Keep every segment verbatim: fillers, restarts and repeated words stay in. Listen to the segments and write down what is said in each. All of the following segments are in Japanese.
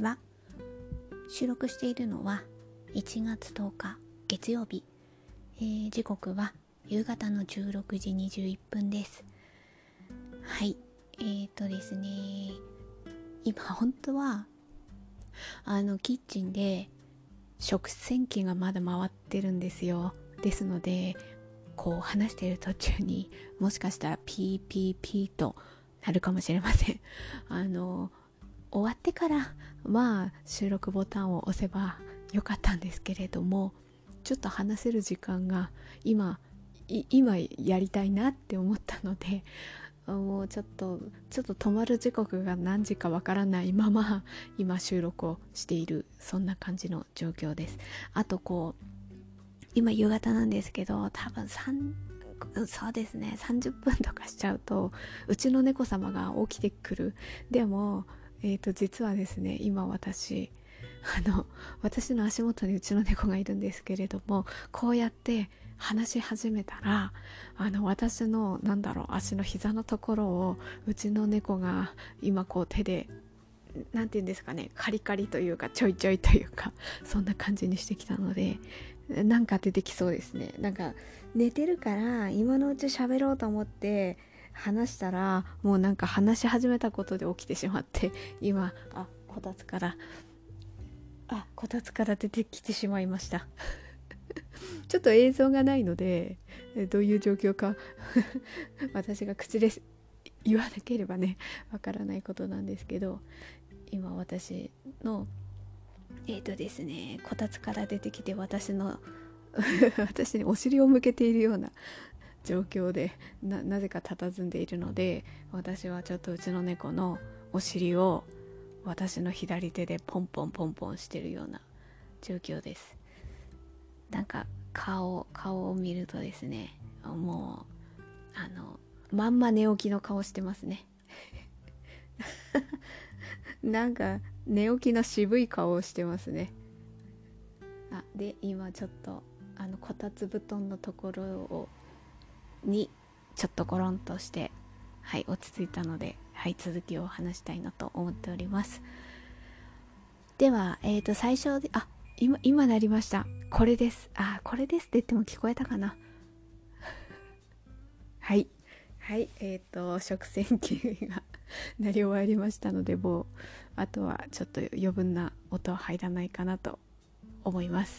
は。収録しているのはいちがつとおか月曜日、えー、時刻は夕方のじゅうろくじにじゅういっぷんです。はい、えーとですね今本当はあのキッチンで食洗機がまだ回ってるんですよ。ですのでこう話している途中にもしかしたらピーピーピーとなるかもしれません。あの終わってからまあ収録ボタンを押せばよかったんですけれども、ちょっと話せる時間が今今やりたいなって思ったので、もうちょっとちょっと止まる時刻が何時かわからないまま今収録をしている、そんな感じの状況です。あとこう今夕方なんですけど、多分3そうですねさんじゅっぷんとかしちゃうとうちの猫様が起きてくる。でもえーと実はですね今私あの私の足元にうちの猫がいるんですけれども、こうやって話し始めたらあの私のなんだろう足の膝のところをうちの猫が今こう手でなんていうんですかね、カリカリというかちょいちょいというかそんな感じにしてきたので、なんか出てきそうですね。なんか寝てるから今のうち喋ろうと思って話したらもうなんか話し始めたことで起きてしまって、今あこたつからあこたつから出てきてしまいましたちょっと映像がないのでどういう状況か私が口で言わなければねわからないことなんですけど、今私のえーとですねこたつから出てきて私の私にお尻を向けているような状況で な, なぜか佇んでいるので、私はちょっとうちの猫のお尻を私の左手でポンポンポンポンしているような状況です。なんか顔顔を見るとですね、もうあのまんま寝起きの顔してますねなんか寝起きの渋い顔をしてますね。あで今ちょっとあのこたつ布団のところをにちょっとコロンとしてはい落ち着いたので、はい続きを話したいなと思っております。ではえーと最初であ今今なりました。これです。あこれですって言っても聞こえたかなはいはいえーと食洗機が鳴り終わりましたので、もうあとはちょっと余分な音は入らないかなと思います。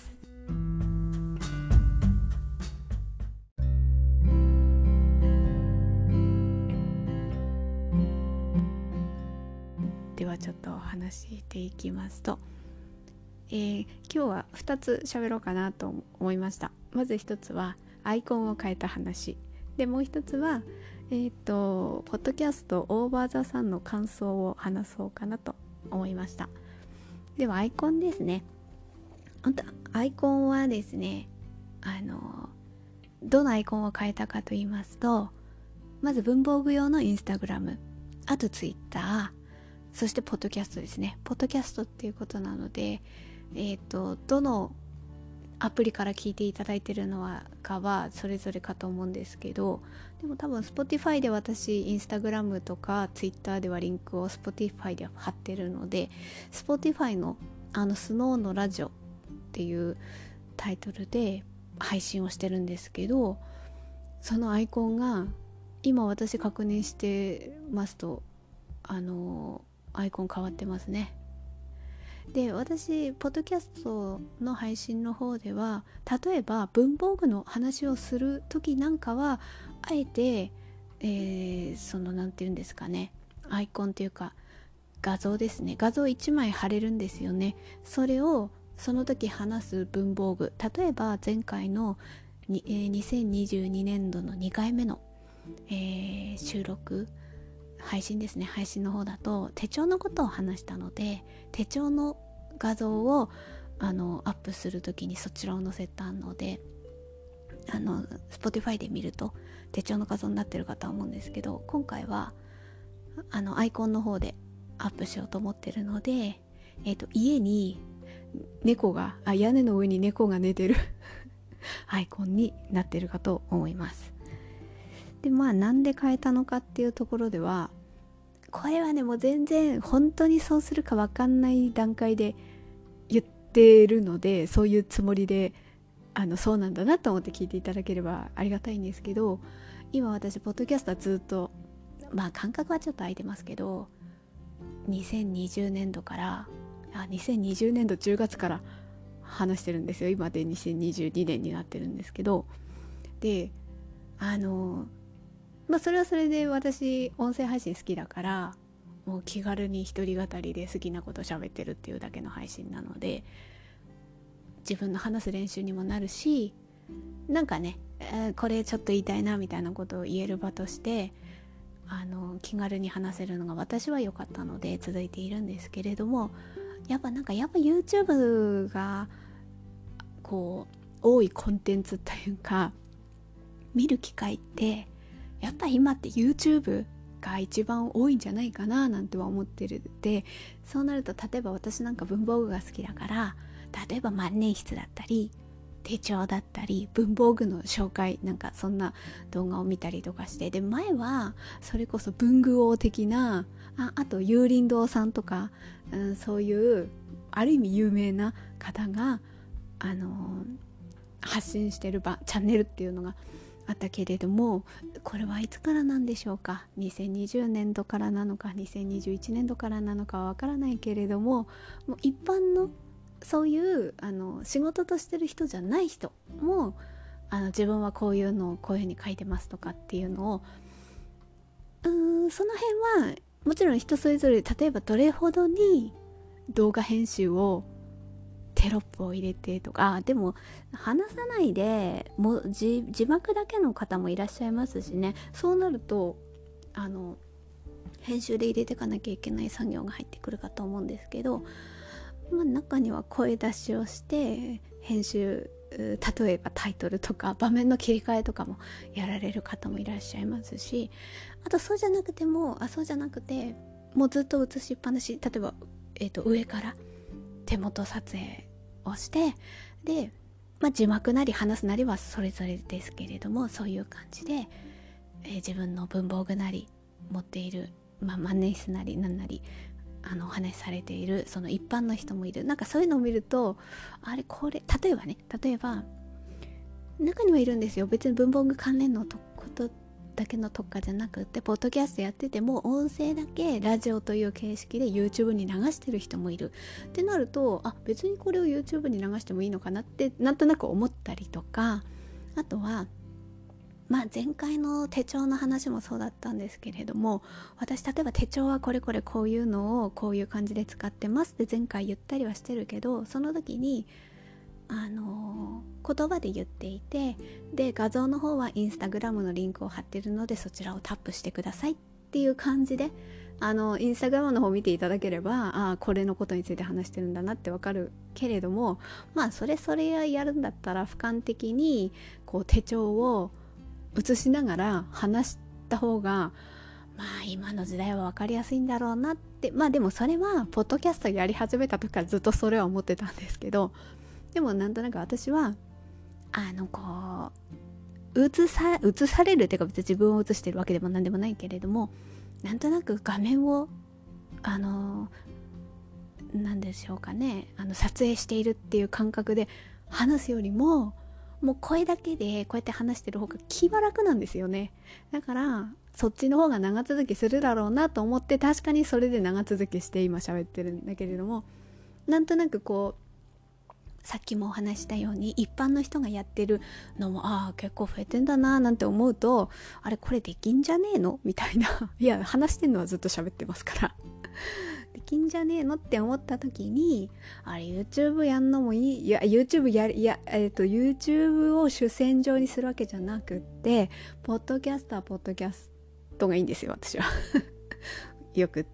ではちょっと話していきますと、えー、今日はふたつ喋ろうかなと思いました。まずひとつはアイコンを変えた話で、もう一つはえーとポッドキャストオーバーザさんの感想を話そうかなと思いました。ではアイコンですね。アイコンはですね、あのどのアイコンを変えたかと言いますと、まず文房具用のインスタグラム、あとツイッター、そしてポッドキャストですね。ポッドキャストっていうことなので、えーとどのアプリから聞いていただいているのはかはそれぞれかと思うんですけど、でも多分 Spotify で私 Instagram とか Twitter ではリンクを Spotify で貼ってるので、 Spotify のあのスノーのラジオっていうタイトルで配信をしてるんですけど、そのアイコンが今私確認してますとあのアイコン変わってますね。で私ポッドキャストの配信の方では、例えば文房具の話をする時なんかはあえて、えー、そのなんていうんですかね、アイコンというか画像ですね、画像いちまい貼れるんですよね。それをその時話す文房具、例えば前回のに、えー、にせんにじゅうにねんどのにかいめの、えー、収録配信ですね、配信の方だと手帳のことを話したので、手帳の画像をあのアップするときにそちらを載せたので、あの Spotify で見ると手帳の画像になってるかと思うんですけど、今回はあのアイコンの方でアップしようと思ってるので、えーと、家に猫があ屋根の上に猫が寝てるアイコンになってるかと思います。でまあなんで変えたのかっていうところでは、 これはねもう全然本当にそうするか分かんない段階で言ってるので、そういうつもりであのそうなんだなと思って聞いていただければありがたいんですけど、今私ポッドキャストはずっとまあ感覚はちょっと空いてますけど、にせんにじゅうねんどからあにせんにじゅうねんどじゅうがつから話してるんですよ。今でにせんにじゅうにねんになってるんですけど、であのまあそれはそれで私音声配信好きだから、もう気軽に一人語りで好きなこと喋ってるっていうだけの配信なので、自分の話す練習にもなるし、なんかね、えー、これちょっと言いたいなみたいなことを言える場としてあの気軽に話せるのが私は良かったので続いているんですけれども、やっぱなんかやっぱ YouTube がこう多いコンテンツというか見る機会ってやっぱ今って YouTube が一番多いんじゃないかななんては思ってる。でそうなると、例えば私なんか文房具が好きだから、例えば万年筆だったり手帳だったり文房具の紹介なんかそんな動画を見たりとかして、で前はそれこそ文具王的な あ, あと有林堂さんとか、うん、そういうある意味有名な方が、あのー、発信してる場チャンネルっていうのがあったけれども、これはいつからなんでしょうか。にせんにじゅうねんどからなのかにせんにじゅういちねんどからなのかはわからないけれども、もう一般のそういうあの仕事としてる人じゃない人もあの自分はこういうのをこういうふうに書いてますとかっていうのを、うーんその辺はもちろん人それぞれ、例えばどれほどに動画編集をテロップを入れてとか、でも話さないでもう字幕だけの方もいらっしゃいますしね。そうなるとあの編集で入れていかなきゃいけない作業が入ってくるかと思うんですけど、まあ、中には声出しをして編集、例えばタイトルとか場面の切り替えとかもやられる方もいらっしゃいますし、あとそうじゃなくてもあそうじゃなくてもうずっと映しっぱなし、例えば、えーと、上から手元撮影をして、で、まあ、字幕なり話すなりはそれぞれですけれども、そういう感じで、えー、自分の文房具なり持っている、まあ、万年筆なりなんなりあのお話しされているその一般の人もいる。なんかそういうのを見ると、あれこれ例えばね例えば中にはいるんですよ。別に文房具関連のとことだけの特化じゃなくって、ポッドキャストやってても音声だけラジオという形式で YouTube に流してる人もいるってなると、あ別にこれを YouTube に流してもいいのかなってなんとなく思ったりとか、あとはまあ前回の手帳の話もそうだったんですけれども、私例えば手帳はこれこれこういうのをこういう感じで使ってますって前回言ったりはしてるけど、その時にあのー、言葉で言っていて、で画像の方はインスタグラムのリンクを貼ってるのでそちらをタップしてくださいっていう感じで、あのインスタグラムの方を見ていただければ、あこれのことについて話してるんだなってわかるけれども、まあそれそれやるんだったら俯瞰的にこう手帳を映しながら話した方がまあ今の時代は分かりやすいんだろうなって、まあでもそれはポッドキャストやり始めた時からずっとそれは思ってたんですけど、でもなんとなく私はあのこう映さ映されるっていうか、別に自分を映してるわけでもなんでもないけれども、なんとなく画面をあのなんでしょうかね、あの撮影しているっていう感覚で話すよりも、もう声だけでこうやって話してる方が気は楽なんですよね。だからそっちの方が長続きするだろうなと思って、確かにそれで長続きして今喋ってるんだけれども、なんとなくこうさっきもお話したように一般の人がやってるのもああ結構増えてんだななんて思うと、あれこれできんじゃねえのみたいな、いや話してんのはずっと喋ってますからできんじゃねえのって思った時に、あれ YouTube やんのもいい、いや YouTube やいやえっ、ー、と YouTube を主戦場にするわけじゃなくって、ポッドキャストはポッドキャストがいいんですよ私はよくって。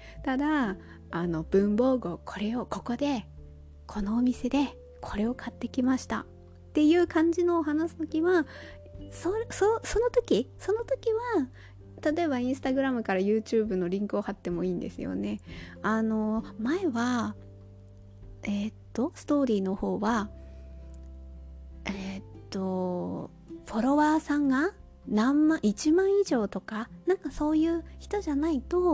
ただあの文房具をこれをここでこのお店でこれを買ってきましたっていう感じのを話すときは、そそその時その時は例えばインスタグラムから YouTube のリンクを貼ってもいいんですよね。あの前はえー、っとストーリーの方はえー、っとフォロワーさんが何万いちまん以上とかなんかそういう人じゃないと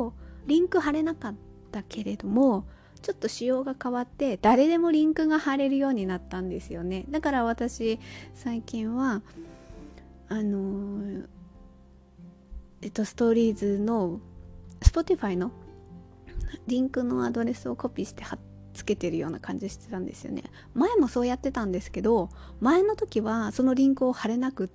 リンク貼れなかったけれども、ちょっと仕様が変わって誰でもリンクが貼れるようになったんですよね。だから私最近はあのー、えっとストーリーズの Spotify のリンクのアドレスをコピーして貼っつけてるような感じしてたんですよね。前もそうやってたんですけど、前の時はそのリンクを貼れなくって、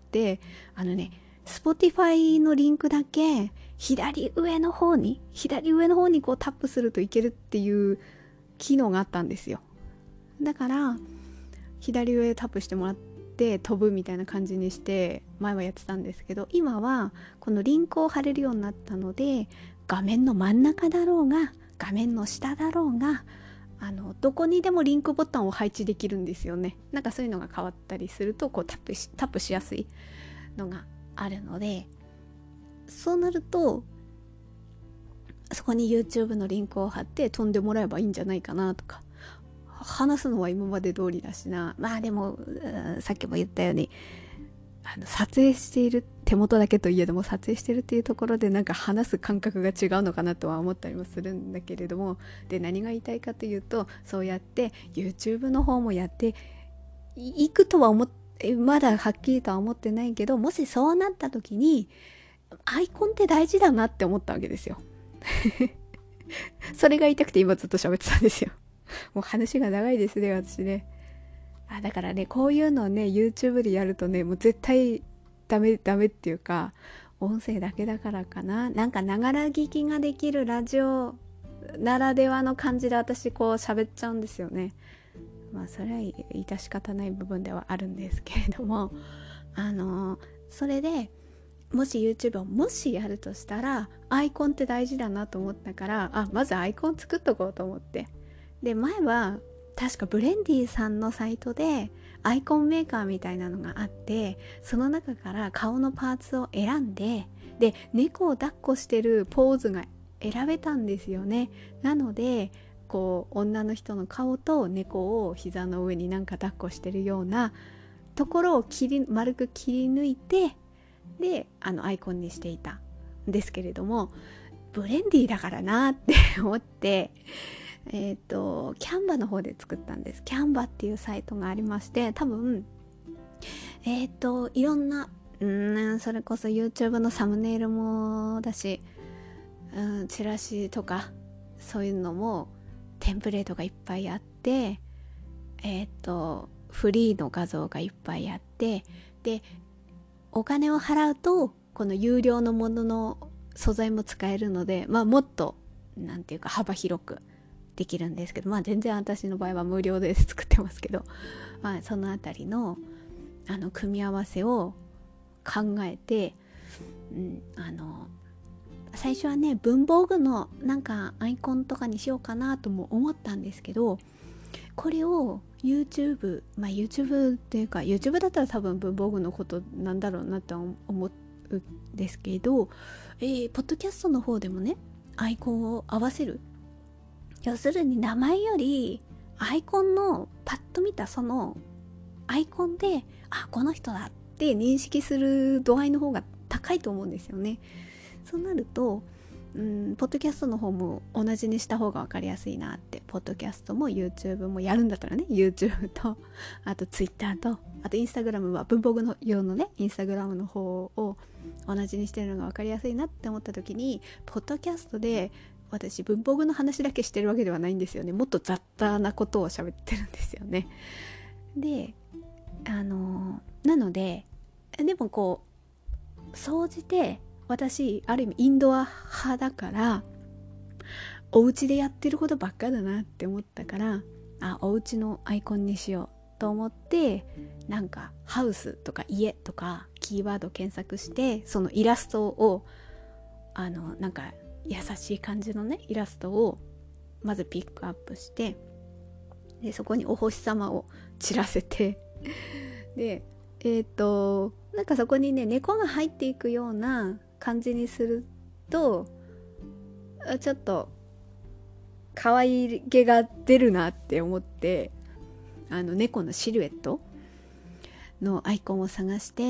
あのね Spotify のリンクだけ左上の方に左上の方にこうタップするといけるっていう機能があったんですよ。だから左上タップしてもらって飛ぶみたいな感じにして前はやってたんですけど、今はこのリンクを貼れるようになったので、画面の真ん中だろうが画面の下だろうが、あのどこにでもリンクボタンを配置できるんですよね。なんかそういうのが変わったりするとこうタップし、タップしやすいのがあるので、そうなるとそこに YouTube のリンクを貼って飛んでもらえばいいんじゃないかなとか、話すのは今まで通りだしな。まあでもさっきも言ったようにあの撮影している手元だけといえども撮影してるっていうところでなんか話す感覚が違うのかなとは思ったりもするんだけれども、で何が言いたいかというと、そうやって YouTube の方もやっていくとは思ってまだはっきりとは思ってないけど、もしそうなった時にアイコンって大事だなって思ったわけですよそれが言いたくて今ずっと喋ってたんですよ。もう話が長いですね私ね。あだからね、こういうのをね YouTube でやるとね、もう絶対ダメダメっていうか、音声だけだからかな、なんかながら聞きができるラジオならではの感じで私こう喋っちゃうんですよね。まあそれは致し方ない部分ではあるんですけれども、あのそれでもし YouTube をもしやるとしたらアイコンって大事だなと思ったから、あまずアイコン作っとこうと思って、で前は確かブレンディさんのサイトでアイコンメーカーみたいなのがあって、その中から顔のパーツを選んで、で猫を抱っこしてるポーズが選べたんですよね。なのでこう女の人の顔と猫を膝の上になんか抱っこしてるようなところを切り丸く切り抜いて、であのアイコンにしていたんですけれども、ブレンディだからなって思ってえっとキャンバの方で作ったんです。キャンバっていうサイトがありまして、多分えっといろんなうんそれこそ YouTube のサムネイルもだし、うんチラシとかそういうのもテンプレートがいっぱいあって、えっとフリーの画像がいっぱいあって、でお金を払うとこの有料のものの素材も使えるので、まあもっとなんていうか幅広くできるんですけど、まあ全然私の場合は無料で作ってますけど、まあそのあたりのあの組み合わせを考えて、うん、あの最初はね文房具のなんかアイコンとかにしようかなとも思ったんですけど、これを YouTube まあ YouTube っていうか YouTube だったら多分文房具のことなんだろうなと思うんですけど、えー、ポッドキャストの方でもねアイコンを合わせる、要するに名前よりアイコンのパッと見たそのアイコンであこの人だって認識する度合いの方が高いと思うんですよね。そうなるとうんポッドキャストの方も同じにした方が分かりやすいなって、ポッドキャストも YouTube もやるんだったらね YouTube とあと Twitter とあと Instagram は文房具の用のね Instagram の方を同じにしてるのが分かりやすいなって思った時に、ポッドキャストで私文房具の話だけしてるわけではないんですよね。もっと雑多なことを喋ってるんですよね。であのなのででもこう総じて私ある意味インドア派だから、お家でやってることばっかだなって思ったから、あお家のアイコンにしようと思って、なんかハウスとか家とかキーワード検索して、そのイラストをあのなんか優しい感じのねイラストをまずピックアップして、でそこにお星様を散らせてでえっとなんかそこにね猫が入っていくような感じにするとちょっと可愛げが出るなって思って、あの猫のシルエットのアイコンを探して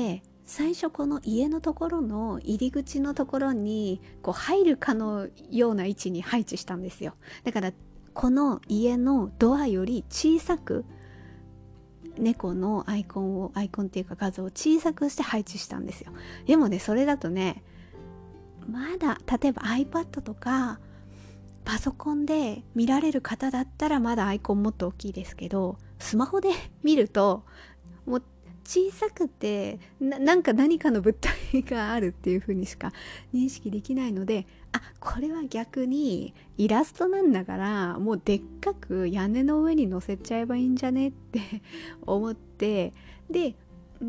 最初この家のところの入り口のところにこう入るかのような位置に配置したんですよ。だからこの家のドアより小さく猫のアイコンをアイコンっていうか画像を小さくして配置したんですよ。でもね、それだとね、まだ例えば iPad とかパソコンで見られる方だったらまだアイコンもっと大きいですけど、スマホで見るともう小さくて な, なんか何かの物体があるっていう風にしか認識できないので、あ、これは逆にイラストなんだからもうでっかく屋根の上に載せちゃえばいいんじゃねって思って、で、うん、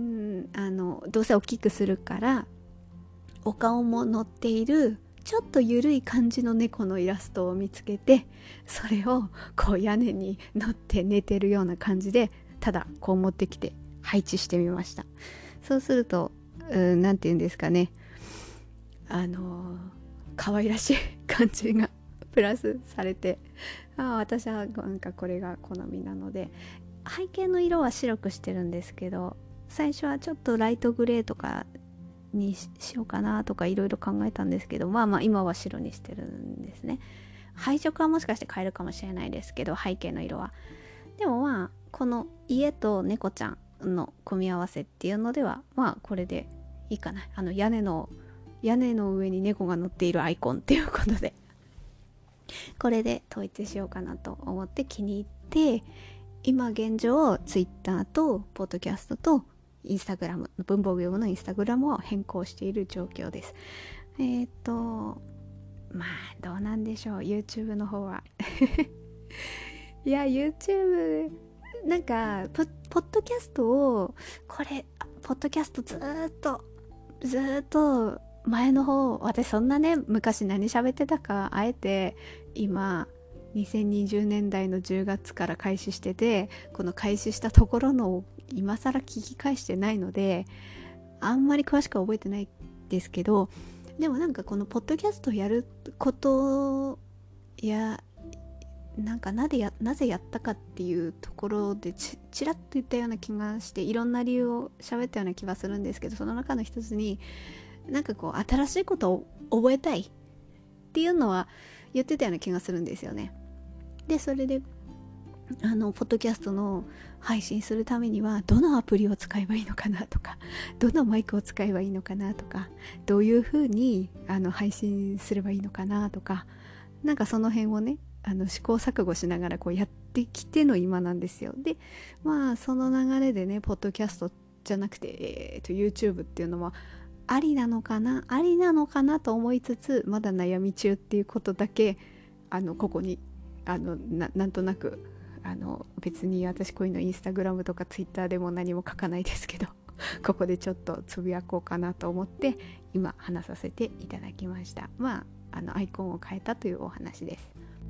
あのどうせ大きくするからお顔も載っているちょっとゆるい感じの猫のイラストを見つけて、それをこう屋根に乗って寝てるような感じでただこう持ってきて配置してみました。そうすると、うん、なんて言うんですかね、あのー、可愛らしい感じがプラスされて、あ、私はなんかこれが好みなので、背景の色は白くしてるんですけど、最初はちょっとライトグレーとかに し, しようかなとかいろいろ考えたんですけど、まあまあ今は白にしてるんですね。配色はもしかして変えるかもしれないですけど、背景の色は。でもまあこの家と猫ちゃんの組み合わせっていうのではまあこれでいいかな。あの屋根の屋根の上に猫が乗っているアイコンっていうことでこれで統一しようかなと思って気に入って、今現状ツイッターとポッドキャストとインスタグラム、文房具用のインスタグラムを変更している状況です。えっとまあどうなんでしょう、 YouTube の方はいや YouTube なんかポポッドキャストをこれポッドキャストずーっとずーっと前の方、私そんなね昔何喋ってたかあえて今にせんにじゅうねんだいのじゅうがつから開始してて、この開始したところの今更聞き返してないのであんまり詳しくは覚えてないですけど、でもなんかこのポッドキャストやることやなんかなぜやなぜやったかっていうところで ち, ちらっと言ったような気がして、いろんな理由を喋ったような気がするんですけど、その中の一つになんかこう新しいことを覚えたいっていうのは言ってたような気がするんですよね。でそれであのポッドキャストの配信するためにはどのアプリを使えばいいのかなとか、どのマイクを使えばいいのかなとか、どういう風にあの配信すればいいのかなとか、なんかその辺をねあの試行錯誤しながらこうやってきての今なんですよ。でまあその流れでねポッドキャストじゃなくて、えー、と YouTube っていうのはありなのかなありなのかなと思いつつ、まだ悩み中っていうことだけあのここにあの な, なんとなくあの別に私こういうのインスタグラムとかツイッターでも何も書かないですけどここでちょっとつぶやこうかなと思って今話させていただきました。まああのアイコンを変えたというお話です。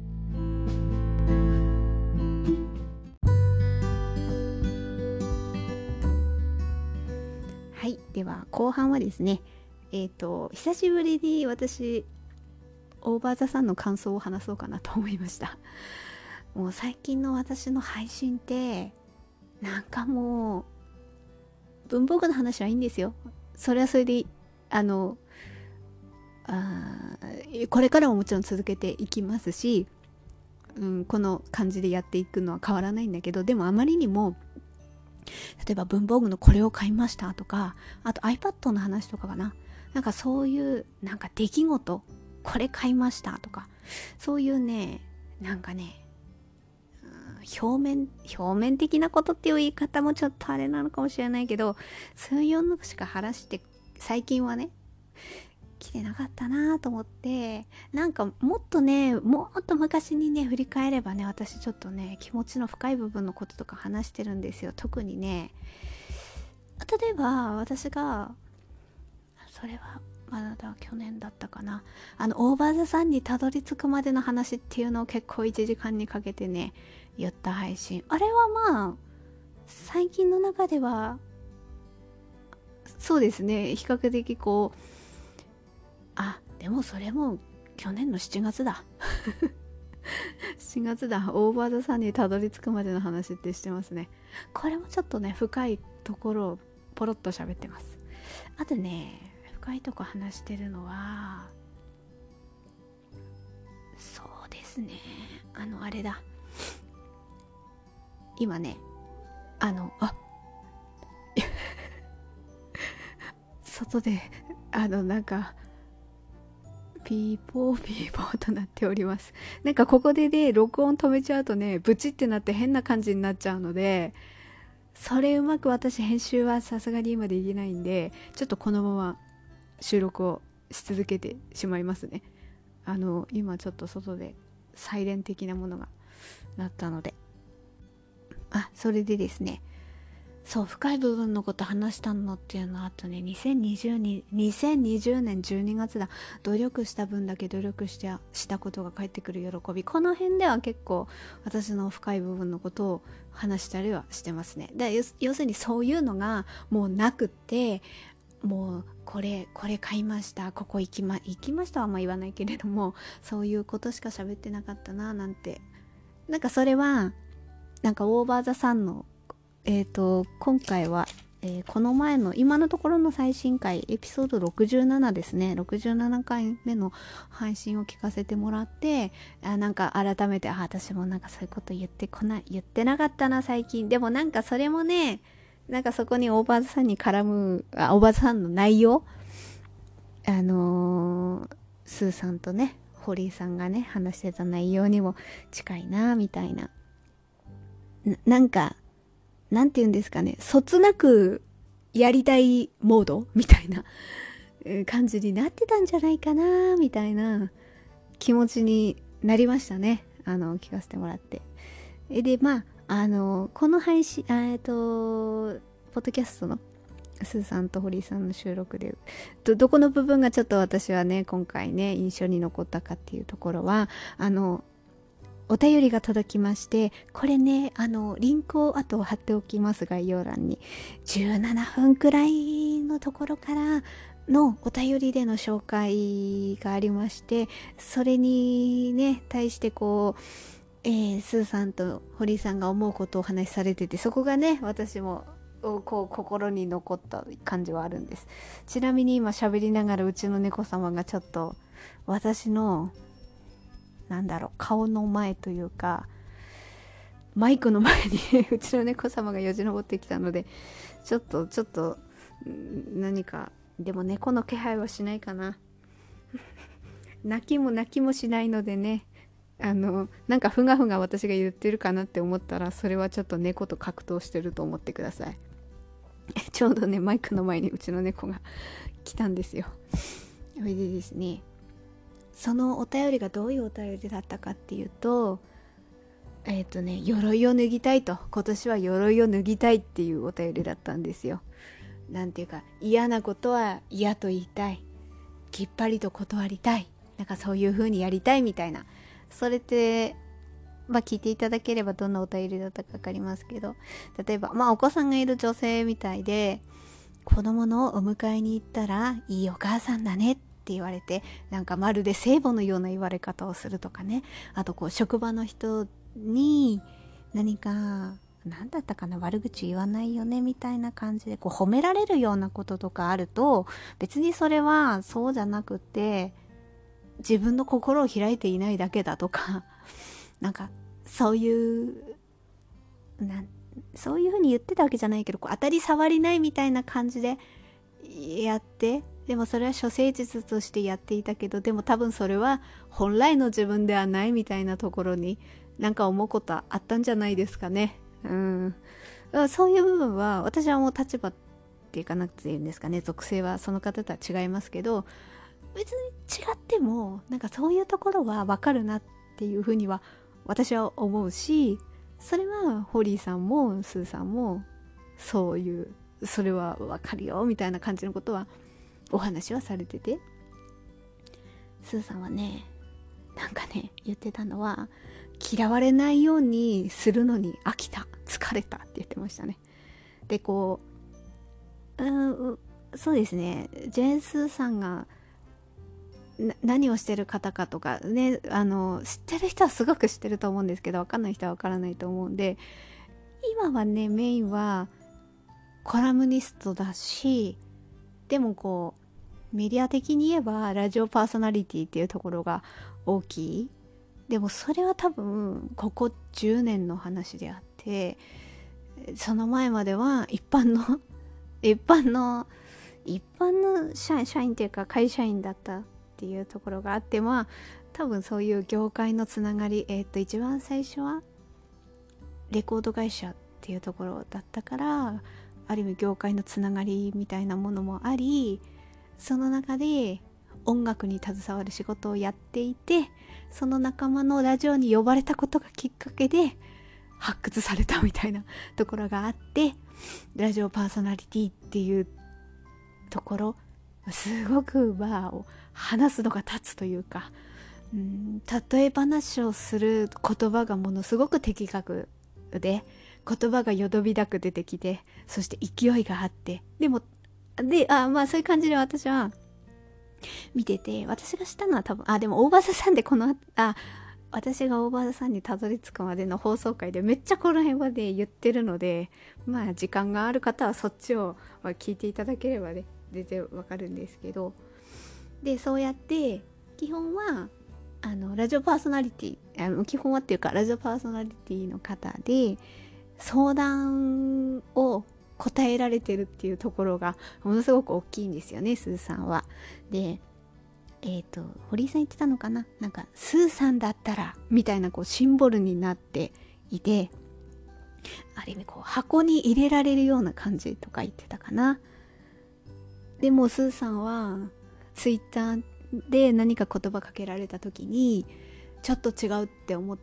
はい、では後半はですね、えっと久しぶりに私オーバーザさんの感想を話そうかなと思いました。もう最近の私の配信ってなんかもう文房具の話はいいんですよ。それはそれであのあこれからももちろん続けていきますし、うん、この感じでやっていくのは変わらないんだけど、でもあまりにも例えば文房具のこれを買いましたとか、あと iPad の話とかかな、なんかそういうなんか出来事、これ買いましたとか、そういうねなんかね表面表面的なことっていう言い方もちょっとあれなのかもしれないけど、そういうのしか話して最近はね来てなかったなと思って、なんかもっとねもっと昔にね振り返ればね、私ちょっとね気持ちの深い部分のこととか話してるんですよ。特にね例えば私がそれはまだ去年だったかな、あのオーバーザさんにたどり着くまでの話っていうのを結構いちじかんにかけてね言った配信、あれはまあ最近の中ではそうですね比較的こう、あでもそれも去年のしちがつだしちがつだ、オーバーザさんにたどり着くまでの話ってしてますね。これもちょっとね深いところをポロッと喋ってます。 あとね、深いとこ話してるのは、そうですね、あのあれだ、今ね、あのあ外であのなんかピーポーピーポーとなっております。なんかここでね録音止めちゃうとねブチってなって変な感じになっちゃうので、それうまく私編集はさすがに今できないんで、ちょっとこのまま収録をし続けてしまいますね。あの今ちょっと外でサイレン的なものが鳴ったので、あ、それでですね、そう、深い部分のこと話したのっていうのは、あとね、にせんにじゅうに、にせんにじゅうねんじゅうにがつだ。努力した分だけ努力してしたことが返ってくる喜び。この辺では結構私の深い部分のことを話したりはしてますね。で、要するにそういうのがもうなくって、もうこれこれ買いました、ここ行きま行きましたはあんま言わないけれども、そういうことしか喋ってなかったななんて。なんかそれはなんかオーバーザさんのえっと今回は、えーこの前の今のところの最新回エピソードろくじゅうななですね、ろくじゅうななかいめの配信を聞かせてもらって、あ、なんか改めて、あ、私もなんかそういうこと言ってこない言ってなかったな最近。でもなんかそれもね、なんかそこにオーバーズさんに絡む、あ、オーバーズさんの内容、あのースーさんとね堀井さんがね話してた内容にも近いなみたいな、な、なんかなんて言うんですかね、そつなくやりたいモードみたいなえー感じになってたんじゃないかなみたいな気持ちになりましたね。あの聞かせてもらって。えでまああのこの配信、あえっとポッドキャストのスーさんと堀井さんの収録で ど, どこの部分がちょっと私はね今回ね印象に残ったかっていうところは、あのお便りが届きまして、これね、あの、リンクを後貼っておきます、概要欄に。じゅうななふんくらいのところからのお便りでの紹介がありまして、それにね、対してこう、えー、スーさんと堀井さんが思うことをお話しされてて、そこがね、私もこう心に残った感じはあるんです。ちなみに今喋りながらうちの猫様がちょっと私のなんだろう、顔の前というかマイクの前にうちの猫様がよじ登ってきたので、ちょっとちょっと何か、でも猫の気配はしないかな泣きも泣きもしないのでね、あのなんかふがふが私が言ってるかなって思ったら、それはちょっと猫と格闘してると思ってくださいちょうどねマイクの前にうちの猫が来たんですよ。それでですね、そのお便りがどういうお便りだったかっていうと、えっとね、鎧を脱ぎたいと、今年は鎧を脱ぎたいっていうお便りだったんですよ。なんていうか、嫌なことは嫌と言いたい、きっぱりと断りたい、なんかそういう風にやりたいみたいな。それってまあ聞いていただければどんなお便りだったか分かりますけど、例えばまあお子さんがいる女性みたいで、子供のお迎えに行ったらいいお母さんだねって言われて、なんかまるで聖母のような言われ方をするとかね。あとこう職場の人に何か何だったかな、悪口言わないよねみたいな感じでこう褒められるようなこととかあると、別にそれはそうじゃなくて自分の心を開いていないだけだとか、なんかそういうなんそういう風に言ってたわけじゃないけど、こう当たり障りないみたいな感じでやって、でもそれは処世術としてやっていたけど、でも多分それは本来の自分ではないみたいなところになんか思うことはあったんじゃないですかね。うん、そういう部分は私はもう立場っていうかなっていうんですかね、属性はその方とは違いますけど、別に違ってもなんかそういうところは分かるなっていうふうには私は思うし、それはホリーさんもスーさんもそういう、それは分かるよみたいな感じのことはお話はされてて、スーさんはね、なんかね言ってたのは、嫌われないようにするのに飽きた、疲れたって言ってましたね。でこう、うん、そうですね、ジェーンスーさんが何をしてる方かとかね、あの知ってる人はすごく知ってると思うんですけど、分かんない人は分からないと思うんで、今はねメインはコラムニストだし、 でもこうメディア的に言えばラジオパーソナリティっていうところが大きい。でもそれは多分ここじゅうねんの話であって、その前までは一般の一般の一般の社員、社員っていうか会社員だったっていうところがあって、まあ多分そういう業界のつながり、えっと一番最初はレコード会社っていうところだったから、ある意味業界のつながりみたいなものもあり、その中で音楽に携わる仕事をやっていて、その仲間のラジオに呼ばれたことがきっかけで発掘されたみたいなところがあって、ラジオパーソナリティっていうところ、すごくまあ話すのが立つというか、うん、例え話をする言葉がものすごく的確で、言葉がよどびなく出てきて、そして勢いがあって、でもであまあそういう感じで私は見てて、私が知ったのは多分あでも大場さんでこのあ私が大場さんにたどり着くまでの放送回でめっちゃこの辺まで言ってるので、まあ時間がある方はそっちを聞いていただければね全然わかるんですけど、でそうやって基本はあのラジオパーソナリティあの基本はっていうかラジオパーソナリティの方で相談を答えられてるっていうところがものすごく大きいんですよね、スーさんは。でえっと堀井さん言ってたのかな、なんかスーさんだったらみたいなこうシンボルになっていて、ある意味こう箱に入れられるような感じとか言ってたかな。でもスーさんはツイッターで何か言葉かけられた時にちょっと違うって思って、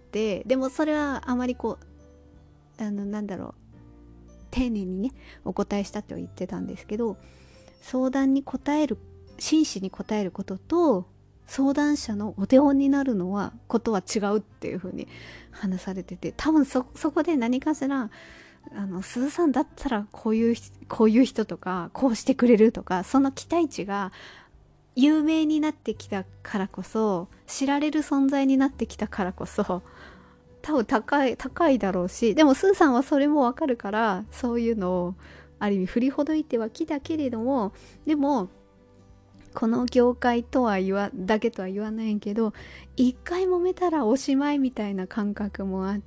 でもそれはあまりこうあのなんだろう丁寧にねお答えしたと言ってたんですけど、相談に答える真摯に答えることと相談者のお手本になるのはことは違うっていう風に話されてて、多分 そ, そこで何かしらあのスーさんだったらこういうこういう人とかこうしてくれるとか、その期待値が有名になってきたからこそ、知られる存在になってきたからこそ多分高い高いだろうし、でもスーさんはそれもわかるから、そういうのをある意味振りほどいてはきたけれども、でもこの業界とは言わだけとは言わないけど、一回揉めたらおしまいみたいな感覚もあって、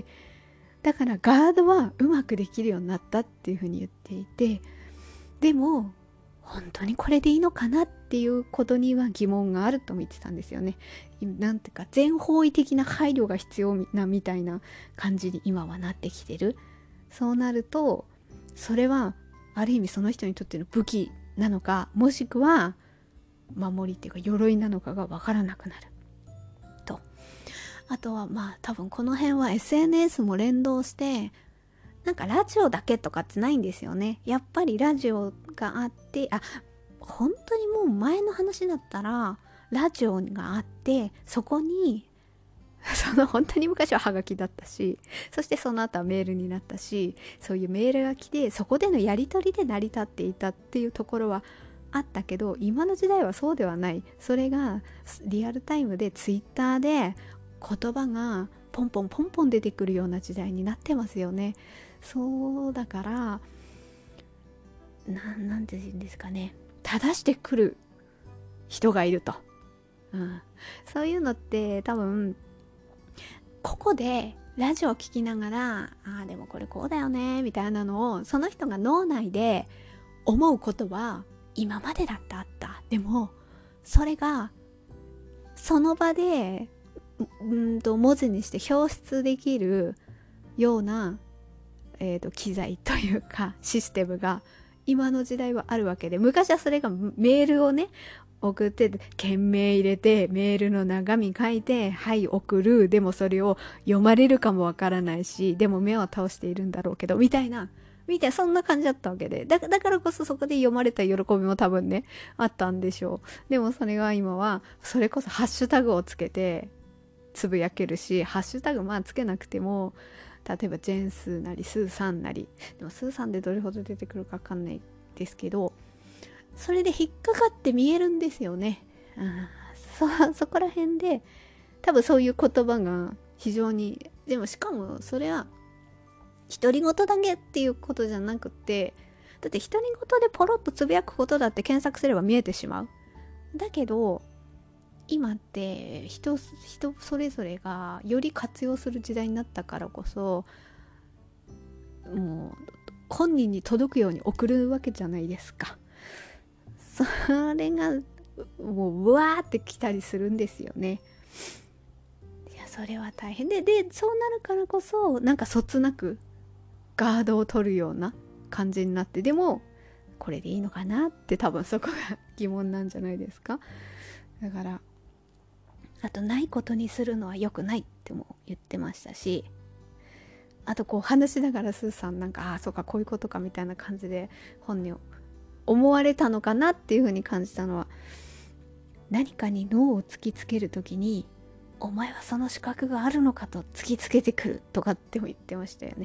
だからガードはうまくできるようになったっていうふうに言っていて、でも本当にこれでいいのかなっていうことには疑問があると見てたんですよね。なんていうか全方位的な配慮が必要なみたいな感じに今はなってきてる。そうなるとそれはある意味その人にとっての武器なのか、もしくは守りっていうか鎧なのかが分からなくなると。あとはまあ多分この辺は エスエヌエス も連動して、なんかラジオだけとかってないんですよね。やっぱりラジオがあって、あ本当にもう前の話だったらラジオがあって、そこにその本当に昔はハガキだったし、そしてその後はメールになったし、そういうメールが来てそこでのやり取りで成り立っていたっていうところはあったけど、今の時代はそうではない。それがリアルタイムでツイッターで言葉がポンポンポンポン出てくるような時代になってますよね。そうだからな、なんて言うんですかね、正してくる人がいると、うん、そういうのって多分ここでラジオを聞きながら、ああでもこれこうだよねみたいなのをその人が脳内で思うことは今までだってあった。でもそれがその場でうんと文字にして表出できるような、えーと、機材というかシステムが今の時代はあるわけで、昔はそれがメールをね送って件名入れてメールの中身書いてはい送る、でもそれを読まれるかもわからないし、でも目を倒しているんだろうけどみたいなみたいなそんな感じだったわけで、だ, だからこそそこで読まれた喜びも多分ねあったんでしょう。でもそれが今はそれこそハッシュタグをつけてつぶやけるし、ハッシュタグまあつけなくても例えばジェンスなりスーさんなり、でもスーさんでどれほど出てくるかわかんないですけど、それで引っかかって見えるんですよね、うん、そ, そこら辺で多分そういう言葉が非常に、でもしかもそれは独り言だけっていうことじゃなくて、 だって独り言でポロッとつぶやくことだって検索すれば見えてしまう。だけど今って人人それぞれがより活用する時代になったからこそ、もう本人に届くように送るわけじゃないですか。それがもうブワーってきたりするんですよね。いや、それは大変で、でそうなるからこそなんかそつなくガードを取るような感じになって、でもこれでいいのかなって、多分そこが疑問なんじゃないですか。だからあと、ないことにするのは良くないっても言ってましたし、あとこう話しながらスーさんなんか、ああそうかこういうことかみたいな感じで本人を思われたのかなっていう風に感じたのは、何かに脳を突きつけるときに、お前はその資格があるのかと突きつけてくるとかっても言ってましたよね。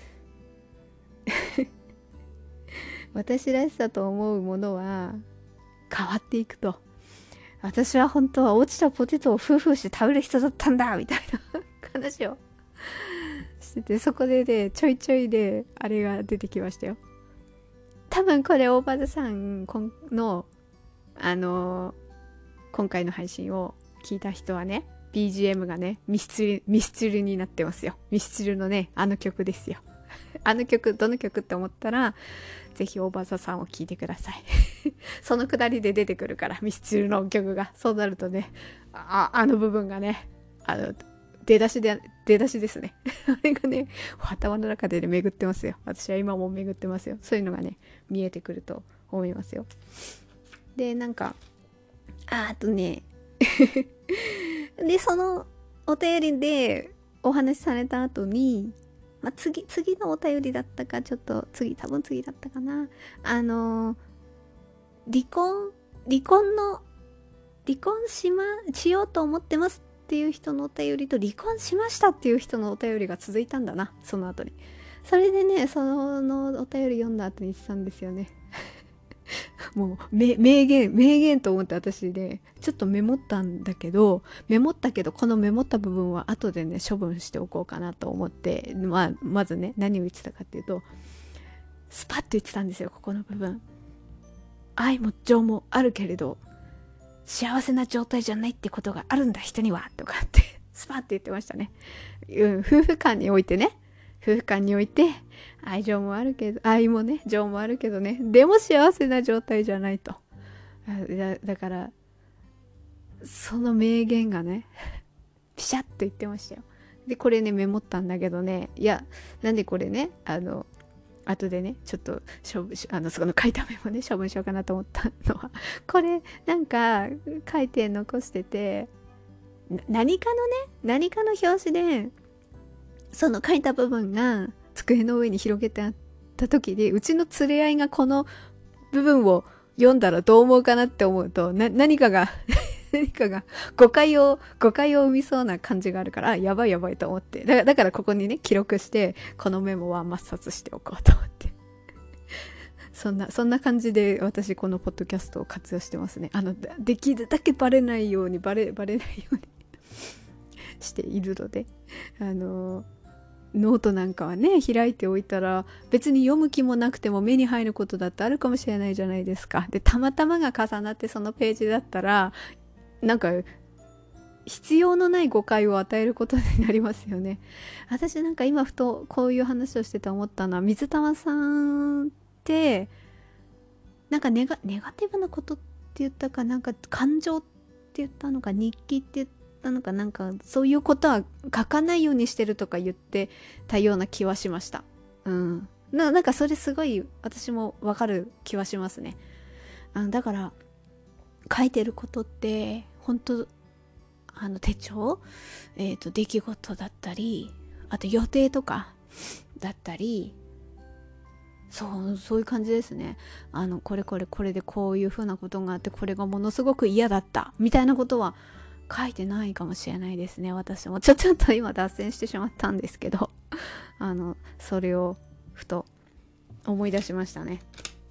私らしさと思うものは変わっていくと、私は本当は落ちたポテトをフーフーして食べる人だったんだみたいな話をしてて、そこでねちょいちょいであれが出てきましたよ。多分これ大場さんのあのー、今回の配信を聞いた人はね、 ビージーエム がねミスチルミスチルになってますよ。ミスチルのねあの曲ですよ。あの曲どの曲って思ったら、ぜひ大場さんを聞いてください。そのくだりで出てくるから、ミスチルの曲が。そうなるとね、あ, あの部分がね、あの出だしで出だしですね。あれがね頭の中で、ね、巡ってますよ。私は今も巡ってますよ。そういうのがね見えてくると思いますよ。でなんかああとねでそのお便りでお話しされた後に、まあ、次次のお便りだったか、ちょっと次多分次だったかな、あの離婚離婚の離婚しましようと思ってますっていう人のお便りと、離婚しましたっていう人のお便りが続いたんだな、その後に。それでね、そのお便り読んだ後に言ってたんですよね。もう名言名言と思って私ねちょっとメモったんだけど、メモったけどこのメモった部分は後でね処分しておこうかなと思って、まあ、まずね何を言ってたかっていうと、スパッと言ってたんですよ。ここの部分、愛も情もあるけれど幸せな状態じゃないってことがあるんだ人にはとかってスパッと言ってましたね。うん、夫婦間においてね、夫婦間において愛情もあるけど、愛もね情もあるけどね、でも幸せな状態じゃないと。だ, だからその名言がねピシャッと言ってましたよ。でこれねメモったんだけどね、いやなんでこれねあの後でねちょっと処分あのその書いたメモね処分しようかなと思ったのは、これなんか書いて残してて、何かのね何かの表紙でその書いた部分が机の上に広げてあった時に、うちの連れ合いがこの部分を読んだらどう思うかなって思うと、な何かが何かが誤解を誤解を生みそうな感じがあるから、あやばいやばいと思って、だ, だからここにね記録してこのメモは抹殺しておこうと思ってそんなそんな感じで私このポッドキャストを活用してますね。あのできるだけバレないようにバレバレないようにしているので、あのノートなんかはね開いておいたら別に読む気もなくても目に入ることだってあるかもしれないじゃないですか。でたまたまが重なってそのページだったらなんか必要のない誤解を与えることになりますよね。私なんか今ふとこういう話をしてて思ったのは、水玉さんってなんかネガ、ネガティブなことって言ったか、なんか感情って言ったのか日記って言ったなのか、なんかそういうことは書かないようにしてるとか言ってたような気はしました。うん。な、なんかそれすごい私もわかる気はしますね。あだから書いてることって本当あの手帳、えっと出来事だったり、あと予定とかだったり、そうそういう感じですね。あのこれこれこれでこういう風なことがあって、これがものすごく嫌だったみたいなことは書いてないかもしれないですね。私もちょちょっと今脱線してしまったんですけどあのそれをふと思い出しましたね。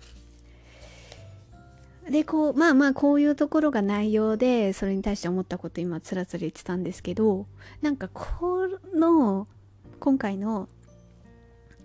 でこうまあまあこういうところが内容で、それに対して思ったこと今つらつら言ってたんですけど、なんかこの今回の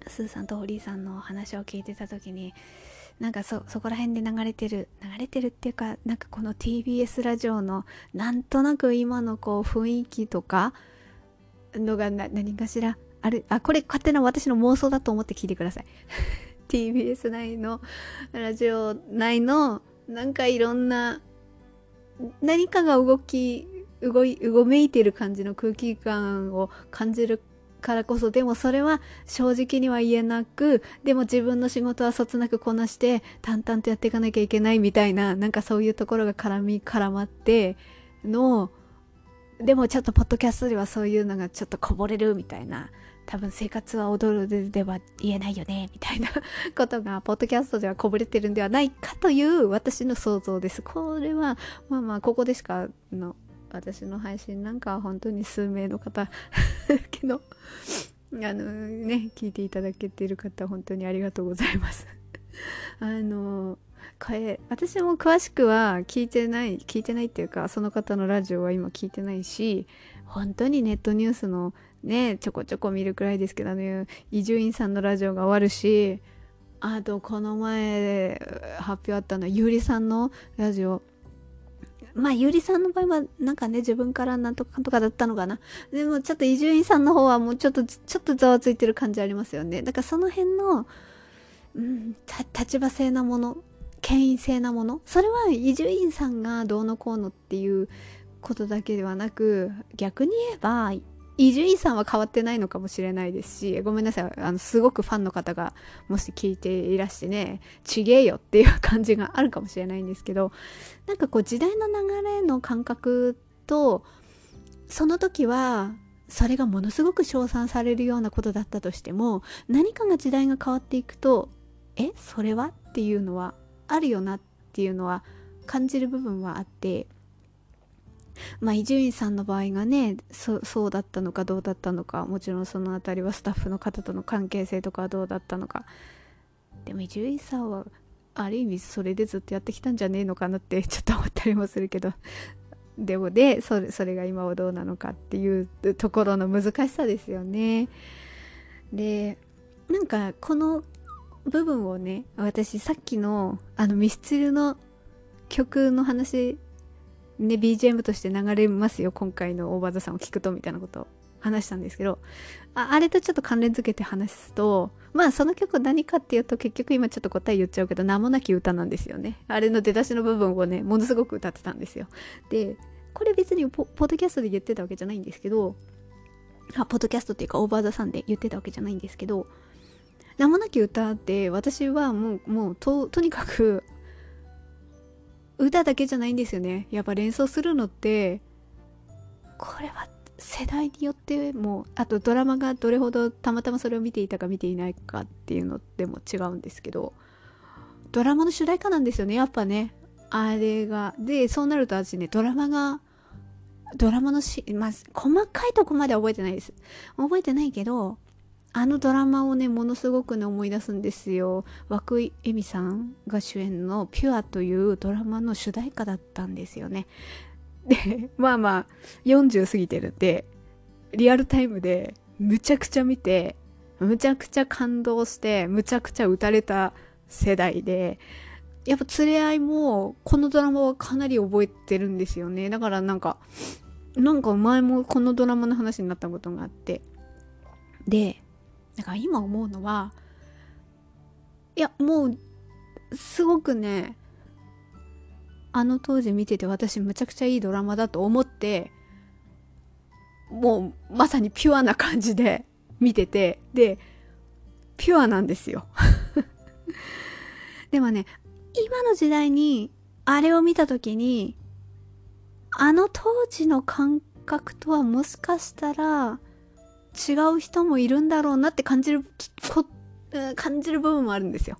スーさんとホリーさんの話を聞いてた時に、なんかそそこら辺で流れてる流れてるっていうか、なんかこの ティービーエス ラジオのなんとなく今のこう雰囲気とかのがな何かしらある。あ、これ勝手な私の妄想だと思って聞いてください。ティービーエス 内のラジオ内のなんかいろんな何かが動き動いうごめいてる感じの空気感を感じるからこそ、でもそれは正直には言えなく、でも自分の仕事はそつなくこなして淡々とやっていかなきゃいけないみたいな、なんかそういうところが絡み絡まっての、でもちょっとポッドキャストではそういうのがちょっとこぼれるみたいな、多分生活は踊るでは言えないよねみたいなことがポッドキャストではこぼれてるんではないかという私の想像です。これはまあまあここでしかの私の配信なんかは本当に数名の方けど、あのね、聞いていただけている方本当にありがとうございますあのこれ私も詳しくは聞いてない聞いてないっていうか、その方のラジオは今聞いてないし、本当にネットニュースのねちょこちょこ見るくらいですけどね、伊集院さんのラジオが終わるし、あとこの前発表あったのはゆうりさんのラジオ、まあゆうりさんの場合はなんかね自分からなんとかとかだったのかな。でもちょっと伊集院さんの方はもうちょっとちょっとざわついてる感じありますよね。だからその辺の、うん、立場性なもの、権威性なもの、それは伊集院さんがどうのこうのっていうことだけではなく、逆に言えば伊集院さんは変わってないのかもしれないですし、ごめんなさい、あのすごくファンの方がもし聞いていらしてね、ちげえよっていう感じがあるかもしれないんですけど、なんかこう時代の流れの感覚と、その時はそれがものすごく称賛されるようなことだったとしても、何かが時代が変わっていくと、えそれはっていうのはあるよなっていうのは感じる部分はあって、まあ伊集院さんの場合がね そ, そうだったのかどうだったのか、もちろんそのあたりはスタッフの方との関係性とかはどうだったのか、でも伊集院さんはある意味それでずっとやってきたんじゃねえのかなってちょっと思ったりもするけど、でもでそれそれが今はどうなのかっていうところの難しさですよね。でなんかこの部分をね、私さっきのあのミスチルの曲の話ね、ビージーエム として流れますよ今回のオーバーザさんを聞くとみたいなことを話したんですけど、 あ, あれとちょっと関連づけて話すと、まあその曲何かっていうと、結局今ちょっと答え言っちゃうけど、名もなき歌なんですよね。あれの出だしの部分をねものすごく歌ってたんですよ。でこれ別に ポ, ポッドキャストで言ってたわけじゃないんですけど、あポッドキャストっていうかオーバーザさんで言ってたわけじゃないんですけど、名もなき歌って私はもうもう と, とにかく歌だけじゃないんですよね。やっぱ連想するのってこれは世代によっても、あとドラマがどれほどたまたまそれを見ていたか見ていないかっていうのでも違うんですけど、ドラマの主題歌なんですよねやっぱね、あれが。でそうなると私ねドラマがドラマのし、まあ、細かいとこまでは覚えてないです覚えてないけど、あのドラマをねものすごくね思い出すんですよ。涌井絵美さんが主演のピュアというドラマの主題歌だったんですよね。でまあまあよんじゅう過ぎてるんでリアルタイムでむちゃくちゃ見て、むちゃくちゃ感動して、むちゃくちゃ打たれた世代で、やっぱ連れ合いもこのドラマはかなり覚えてるんですよね。だからなんかなんか前もこのドラマの話になったことがあって、でだから今思うのは、いやもうすごくねあの当時見てて私むちゃくちゃいいドラマだと思って、もうまさにピュアな感じで見てて、でピュアなんですよでもね今の時代にあれを見た時に、あの当時の感覚とはもしかしたら違う人もいるんだろうなって感じるこ感じる部分もあるんですよ。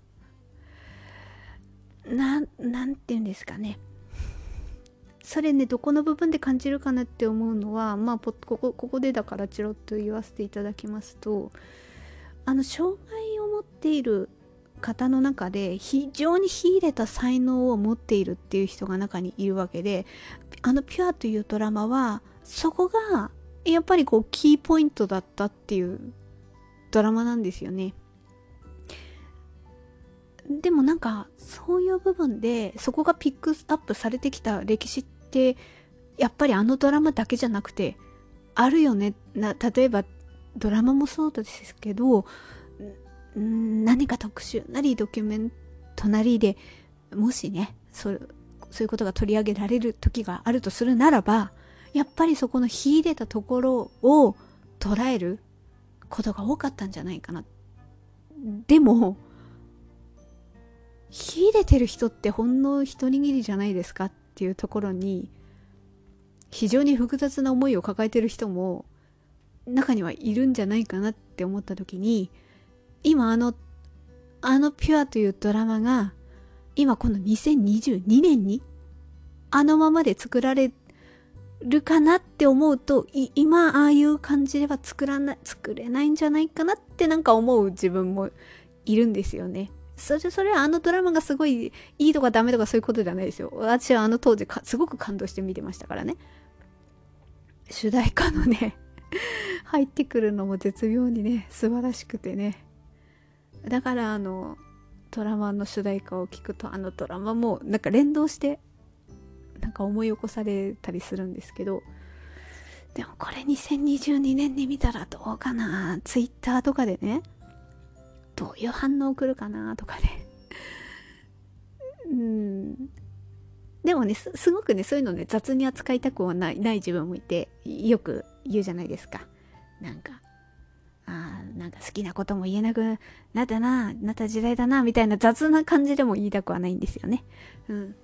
な、なんて言うんですかね。それねどこの部分で感じるかなって思うのは、まあここここでだからチロッと言わせていただきますと、あの障害を持っている方の中で非常に秀でた才能を持っているっていう人が中にいるわけで、あのピュアというドラマはそこがやっぱりこうキーポイントだったっていうドラマなんですよね。 でもなんかそういう部分でそこがピックアップされてきた歴史ってやっぱりあのドラマだけじゃなくてあるよね。な例えばドラマもそうですけど、ん何か特殊なりドキュメントなりでもしねそそういうことが取り上げられる時があるとするならば、やっぱりそこの秀でたところを捉えることが多かったんじゃないかな。でも秀でてる人ってほんの一握りじゃないですかっていうところに非常に複雑な思いを抱えてる人も中にはいるんじゃないかなって思った時に、今あのあのピュアというドラマが今このにせんにじゅうにねんにあのままで作られるかなって思うと、今ああいう感じでは作らな作れないんじゃないかなってなんか思う自分もいるんですよね。それそれはあのドラマがすごいいいとかダメとかそういうことじゃないですよ。私はあの当時かすごく感動して見てましたからね。主題歌のね入ってくるのも絶妙にね素晴らしくてね。だからあのドラマの主題歌を聞くとあのドラマもなんか連動してなんか思い起こされたりするんですけど、でもこれにせんにじゅうにねんに見たらどうかな、ツイッターとかでねどういう反応来るかなとかねうんでもね す, すごくねそういうのね雑に扱いたくはないない自分もいて、よく言うじゃないですか。なんかあなんか好きなことも言えなくなったななった時代だなみたいな雑な感じでも言いたくはないんですよね。うん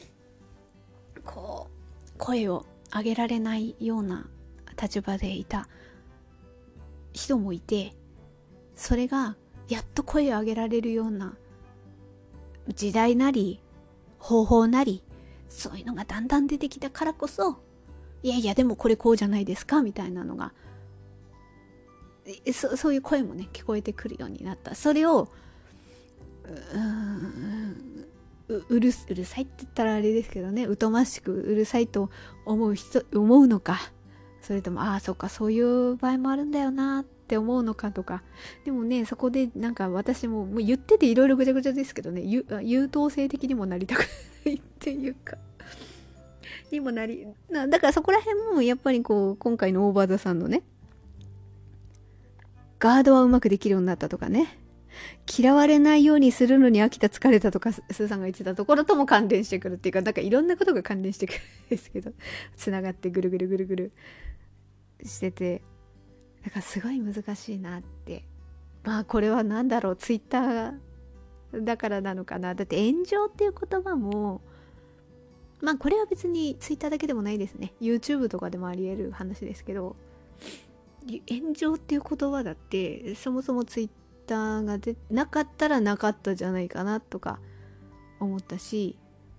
こう声を上げられないような立場でいた人もいて、それがやっと声を上げられるような時代なり方法なりそういうのがだんだん出てきたからこそ、いやいやでもこれこうじゃないですかみたいなのが そ, そういう声もね聞こえてくるようになった。それをうーん う, う, るうるさいって言ったらあれですけどね、疎ましくうるさいと思う人思うのか、それともああそっかそういう場合もあるんだよなって思うのかとか。でもねそこでなんか私ももう言ってていろいろぐちゃぐちゃですけどね、優等生的にもなりたくないっていうかにもなりな、だからそこら辺もやっぱりこう今回のオーバーザさんのねガードはうまくできるようになったとかね、嫌われないようにするのに飽きた疲れたとかスーさんが言ってたところとも関連してくるっていうか、なんかいろんなことが関連してくるんですけどつながってぐるぐるぐるぐるしてて、だからすごい難しいなって。まあこれは何だろうツイッターだからなのかな。だって炎上っていう言葉もまあこれは別にツイッターだけでもないですね、 YouTube とかでもあり得る話ですけど、炎上っていう言葉だってそもそもツイッターがでなかったらなかったじゃないかなとか思ったし、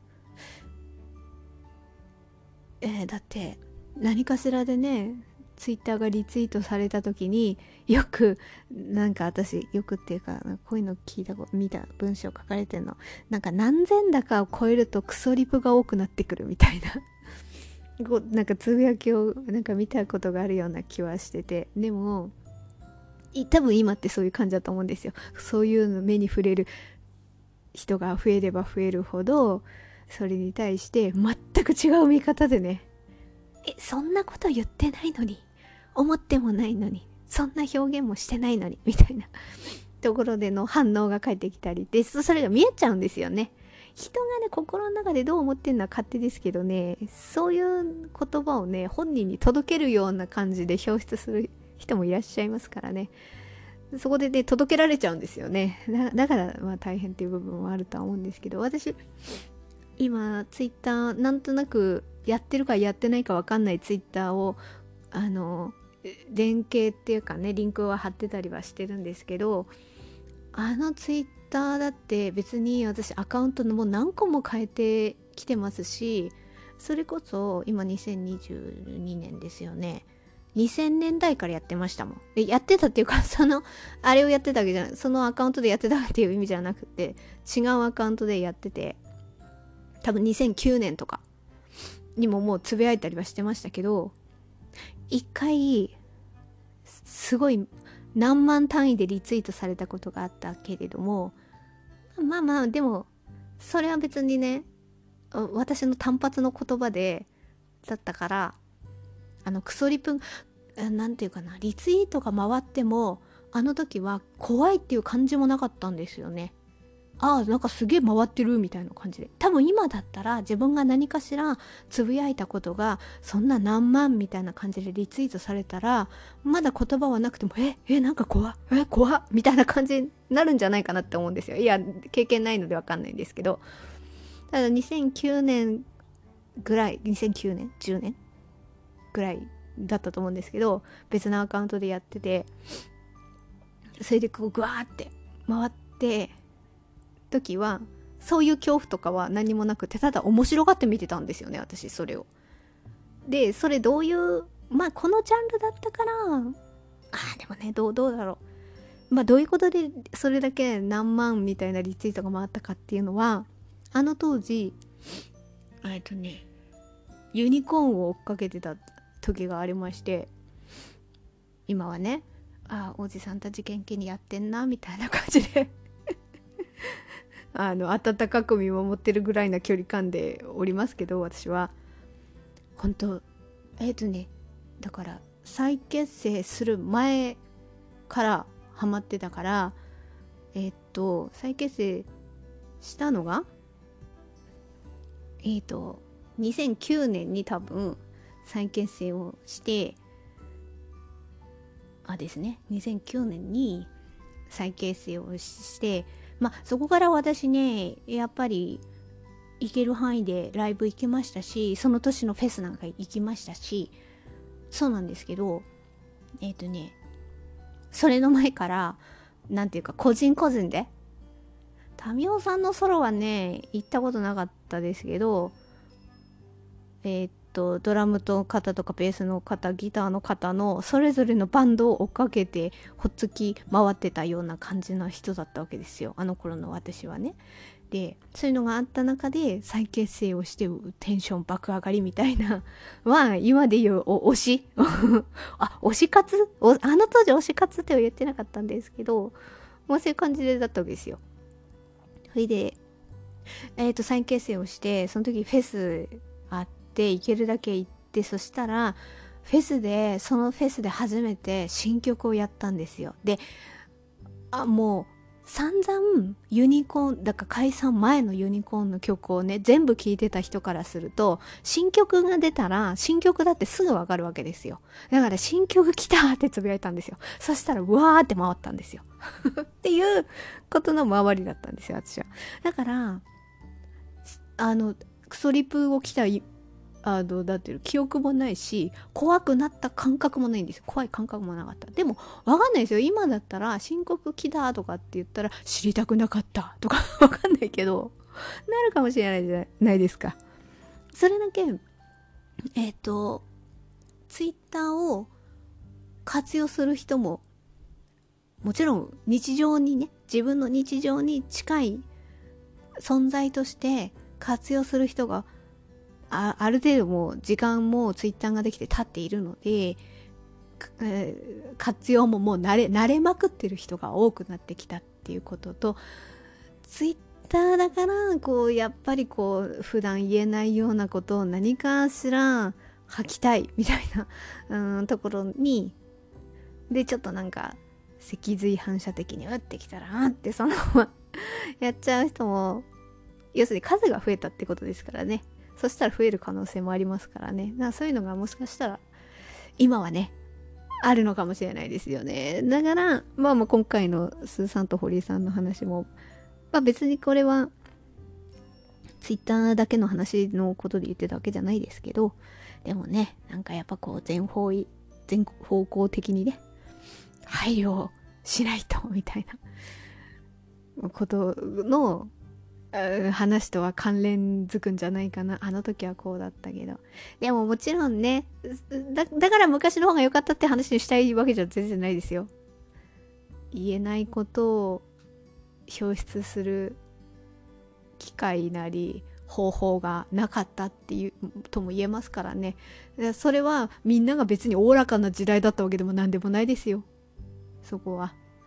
えー、だって何かしらでねツイッターがリツイートされた時によくなんか私よくっていうかこういうの聞いた見た文章書かれてるの、なんか何千だかを超えるとクソリプが多くなってくるみたいなこうなんかつぶやきをなんか見たことがあるような気はしてて、でも多分今ってそういう感じだと思うんですよ。そういうの目に触れる人が増えれば増えるほどそれに対して全く違う見方でね、えそんなこと言ってないのに思ってもないのにそんな表現もしてないのにみたいなところでの反応が返ってきたりで、それが見えちゃうんですよね。人がね心の中でどう思ってるのは勝手ですけどね、そういう言葉をね本人に届けるような感じで表出する人もいらっしゃいますからね、そこでね届けられちゃうんですよね。 だ, だからまあ大変っていう部分はあるとは思うんですけど、私今ツイッターなんとなくやってるかやってないか分かんないツイッターをあの連携っていうかねリンクは貼ってたりはしてるんですけど、あのツイッターだって別に私アカウントのもう何個も変えてきてますし、それこそ今にせんにじゅうにねんですよね、にせんねんだいからやってましたもん。でやってたっていうかそのあれをやってたわけじゃない、そのアカウントでやってたっていう意味じゃなくて違うアカウントでやってて、多分にせんきゅうねんとかにももうつぶやいたりはしてましたけど、一回すごい何万単位でリツイートされたことがあったけれども、 まあまあでもそれは別にね私の単発の言葉でだったから、あのクソリプなんていうかな、リツイートが回ってもあの時は怖いっていう感じもなかったんですよね。ああなんかすげえ回ってるみたいな感じで、多分今だったら自分が何かしらつぶやいたことがそんな何万みたいな感じでリツイートされたら、まだ言葉はなくてもええなんか怖っえ怖っみたいな感じになるんじゃないかなって思うんですよ。いや経験ないのでわかんないんですけど、ただにせんきゅうねんぐらいにせんきゅうねんじゅうねんぐらいだったと思うんですけど、別のアカウントでやってて、それでこうグワーって回って時はそういう恐怖とかは何もなくて、ただ面白がって見てたんですよね私それを。でそれどういうまあこのジャンルだったから、あーでもねどうどうだろう、まあどういうことでそれだけ何万みたいなリツイートが回ったかっていうのは、あの当時えっとねユニコーンを追っかけてた時がありまして、今はねあおじさんたち元気にやってんなみたいな感じであの温かく見守ってるぐらいな距離感でおりますけど、私は本当えっ、ー、とねだから再結成する前からハマってたから、えっ、ー、と再結成したのがえっ、ー、とにせんきゅうねんに多分再結成をしてあですねにせんきゅうねんに再結成をして、まあそこから私ねやっぱり行ける範囲でライブ行きましたし、その年のフェスなんか行きましたし、そうなんですけど、えっ、ー、とねそれの前からなんていうか個人個人でタミオさんのソロはね行ったことなかったですけど、えっ、ー、とドラムの方とかベースの方ギターの方のそれぞれのバンドを追っかけてほっつき回ってたような感じの人だったわけですよ、あの頃の私はね。でそういうのがあった中で再結成をしてテンション爆上がりみたいなまあ今で言うお推しあ推し活おあの当時推し活っては言ってなかったんですけど、もうそういう感じでだったわけですよ。それでえっ、ー、と再結成をして、その時フェスあって行けるだけ行って、そしたらフェスでそのフェスで初めて新曲をやったんですよ。であもう散々ユニコーンだから解散前のユニコーンの曲をね全部聴いてた人からすると、新曲が出たら新曲だってすぐわかるわけですよ。だから新曲来たってつぶやいたんですよ。そしたらうわーって回ったんですよっていうことの周りだったんですよ私は。だからあのクソリプを着たあのだっていう記憶もないし、怖くなった感覚もないんですよ。怖い感覚もなかった。でもわかんないですよ、今だったら新曲来たとかって言ったら知りたくなかったとかわかんないけどなるかもしれないじゃないですか。それだけえっ、ー、とツイッターを活用する人ももちろん日常にね自分の日常に近い存在として活用する人が あ, ある程度もう時間もツイッターができて経っているので、えー、活用ももう慣れ慣れまくってる人が多くなってきたっていうことと、ツイッターだからこうやっぱりこう普段言えないようなことを何かしら吐きたいみたいな、うん、ところにでちょっとなんか脊髄反射的に打ってきたらあってそのままやっちゃう人も要するに数が増えたってことですからね。そしたら増える可能性もありますからね。だからそういうのがもしかしたら今はねあるのかもしれないですよね。だからまあまあ今回のスーさんと堀井さんの話も、まあ、別にこれはツイッターだけの話のことで言ってたわけじゃないですけど、でもねなんかやっぱこう全方位全方向的にね配慮をしないとみたいなことの話とは関連づくんじゃないかな。あの時はこうだったけど、でももちろんね だ, だから昔の方が良かったって話にしたいわけじゃ全然ないですよ。言えないことを表出する機会なり方法がなかったっていうとも言えますからね。それはみんなが別におおらかな時代だったわけでも何でもないですよ、そこは。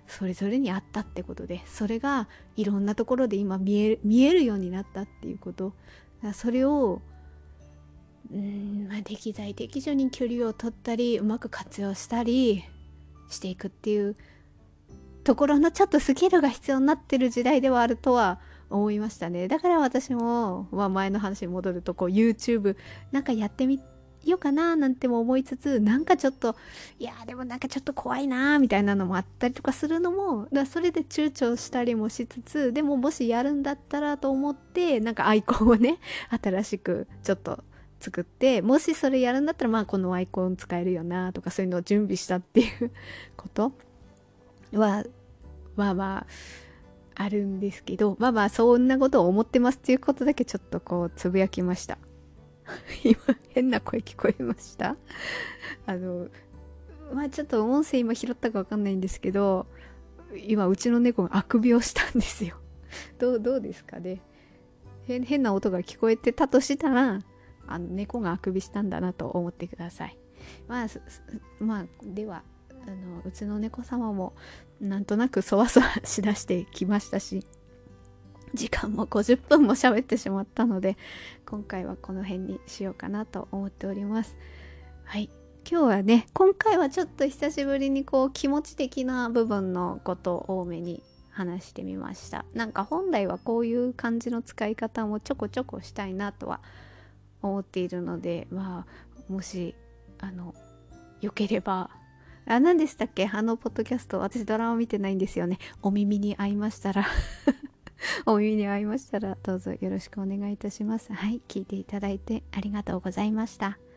それぞれにあったってことで、それがいろんなところで今見える、見えるようになったっていうこと。だからそれをうーん、まあ、適材適所に距離を取ったりうまく活用したりしていくっていうところのちょっとスキルが必要になってる時代ではあるとは思いましたね。だから私も、まあ、前の話に戻るとこう YouTube なんかやってみようかななんても思いつつ、なんかちょっといやでもなんかちょっと怖いなみたいなのもあったりとかするのも、だからそれで躊躇したりもしつつ、でももしやるんだったらと思ってなんかアイコンをね新しくちょっと作って、もしそれやるんだったらまあこのアイコン使えるよなとか、そういうのを準備したっていうことはまあまああるんですけど、まあまあそんなことを思ってますっていうことだけちょっとこうつぶやきました今変な声聞こえました？あのまあちょっと音声今拾ったかわかんないんですけど、今うちの猫があくびをしたんですよどうどうですかね。変変な音が聞こえてたとしたら、あの猫があくびしたんだなと思ってください。まあまあではあのうちの猫様もなんとなくそわそわしだしてきましたし、時間もごじゅっぷんも喋ってしまったので、今回はこの辺にしようかなと思っております。はい、今日はね、今回はちょっと久しぶりにこう気持ち的な部分のことを多めに話してみました。なんか本来はこういう感じの使い方もちょこちょこしたいなとは思っているので、まあもしあのよければ、あ、何でしたっけ、あのポッドキャスト、私ドラマ見てないんですよね。お耳に合いましたらお耳に合いましたらどうぞよろしくお願いいたします。はい、聞いていただいてありがとうございました。